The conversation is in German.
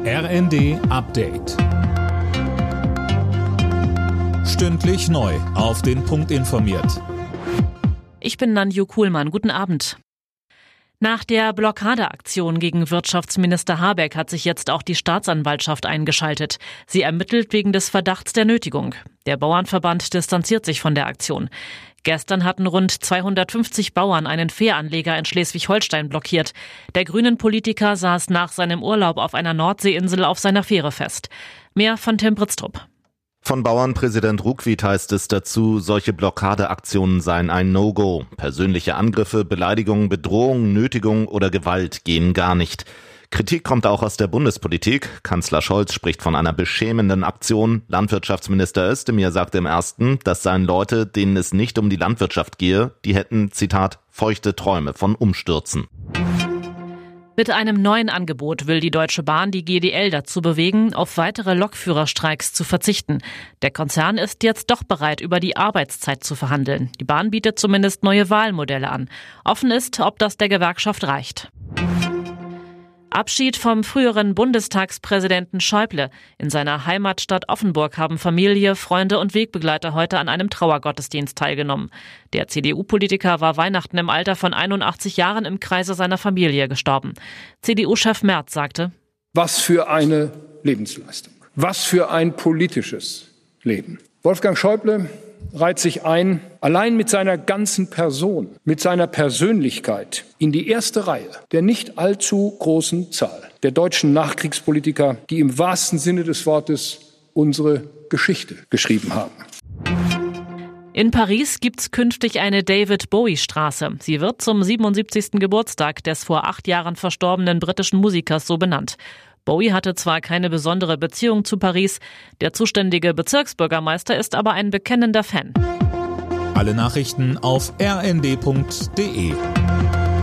RND Update. Stündlich neu auf den Punkt informiert. Ich bin Nanju Kuhlmann. Guten Abend. Nach der Blockadeaktion gegen Wirtschaftsminister Habeck hat sich jetzt auch die Staatsanwaltschaft eingeschaltet. Sie ermittelt wegen des Verdachts der Nötigung. Der Bauernverband distanziert sich von der Aktion. Gestern hatten rund 250 Bauern einen Fähranleger in Schleswig-Holstein blockiert. Der Grünen-Politiker saß nach seinem Urlaub auf einer Nordseeinsel auf seiner Fähre fest. Mehr von Tim Britztrup. Von Bauernpräsident Ruckwied heißt es dazu, solche Blockadeaktionen seien ein No-Go. Persönliche Angriffe, Beleidigungen, Bedrohungen, Nötigung oder Gewalt gehen gar nicht. Kritik kommt auch aus der Bundespolitik. Kanzler Scholz spricht von einer beschämenden Aktion. Landwirtschaftsminister Özdemir sagte im Ersten, das seien Leute, denen es nicht um die Landwirtschaft gehe. Die hätten, Zitat, feuchte Träume von Umstürzen. Mit einem neuen Angebot will die Deutsche Bahn die GDL dazu bewegen, auf weitere Lokführerstreiks zu verzichten. Der Konzern ist jetzt doch bereit, über die Arbeitszeit zu verhandeln. Die Bahn bietet zumindest neue Wahlmodelle an. Offen ist, ob das der Gewerkschaft reicht. Abschied vom früheren Bundestagspräsidenten Schäuble. In seiner Heimatstadt Offenburg haben Familie, Freunde und Wegbegleiter heute an einem Trauergottesdienst teilgenommen. Der CDU-Politiker war Weihnachten im Alter von 81 Jahren im Kreise seiner Familie gestorben. CDU-Chef Merz sagte: Was für eine Lebensleistung. Was für ein politisches Leben. Wolfgang Schäuble reiht sich ein, allein mit seiner ganzen Person, mit seiner Persönlichkeit in die erste Reihe der nicht allzu großen Zahl der deutschen Nachkriegspolitiker, die im wahrsten Sinne des Wortes unsere Geschichte geschrieben haben. In Paris gibt's künftig eine David-Bowie-Straße. Sie wird zum 77. Geburtstag des vor 8 Jahren verstorbenen britischen Musikers so benannt. Bowie hatte zwar keine besondere Beziehung zu Paris, der zuständige Bezirksbürgermeister ist aber ein bekennender Fan. Alle Nachrichten auf rnd.de.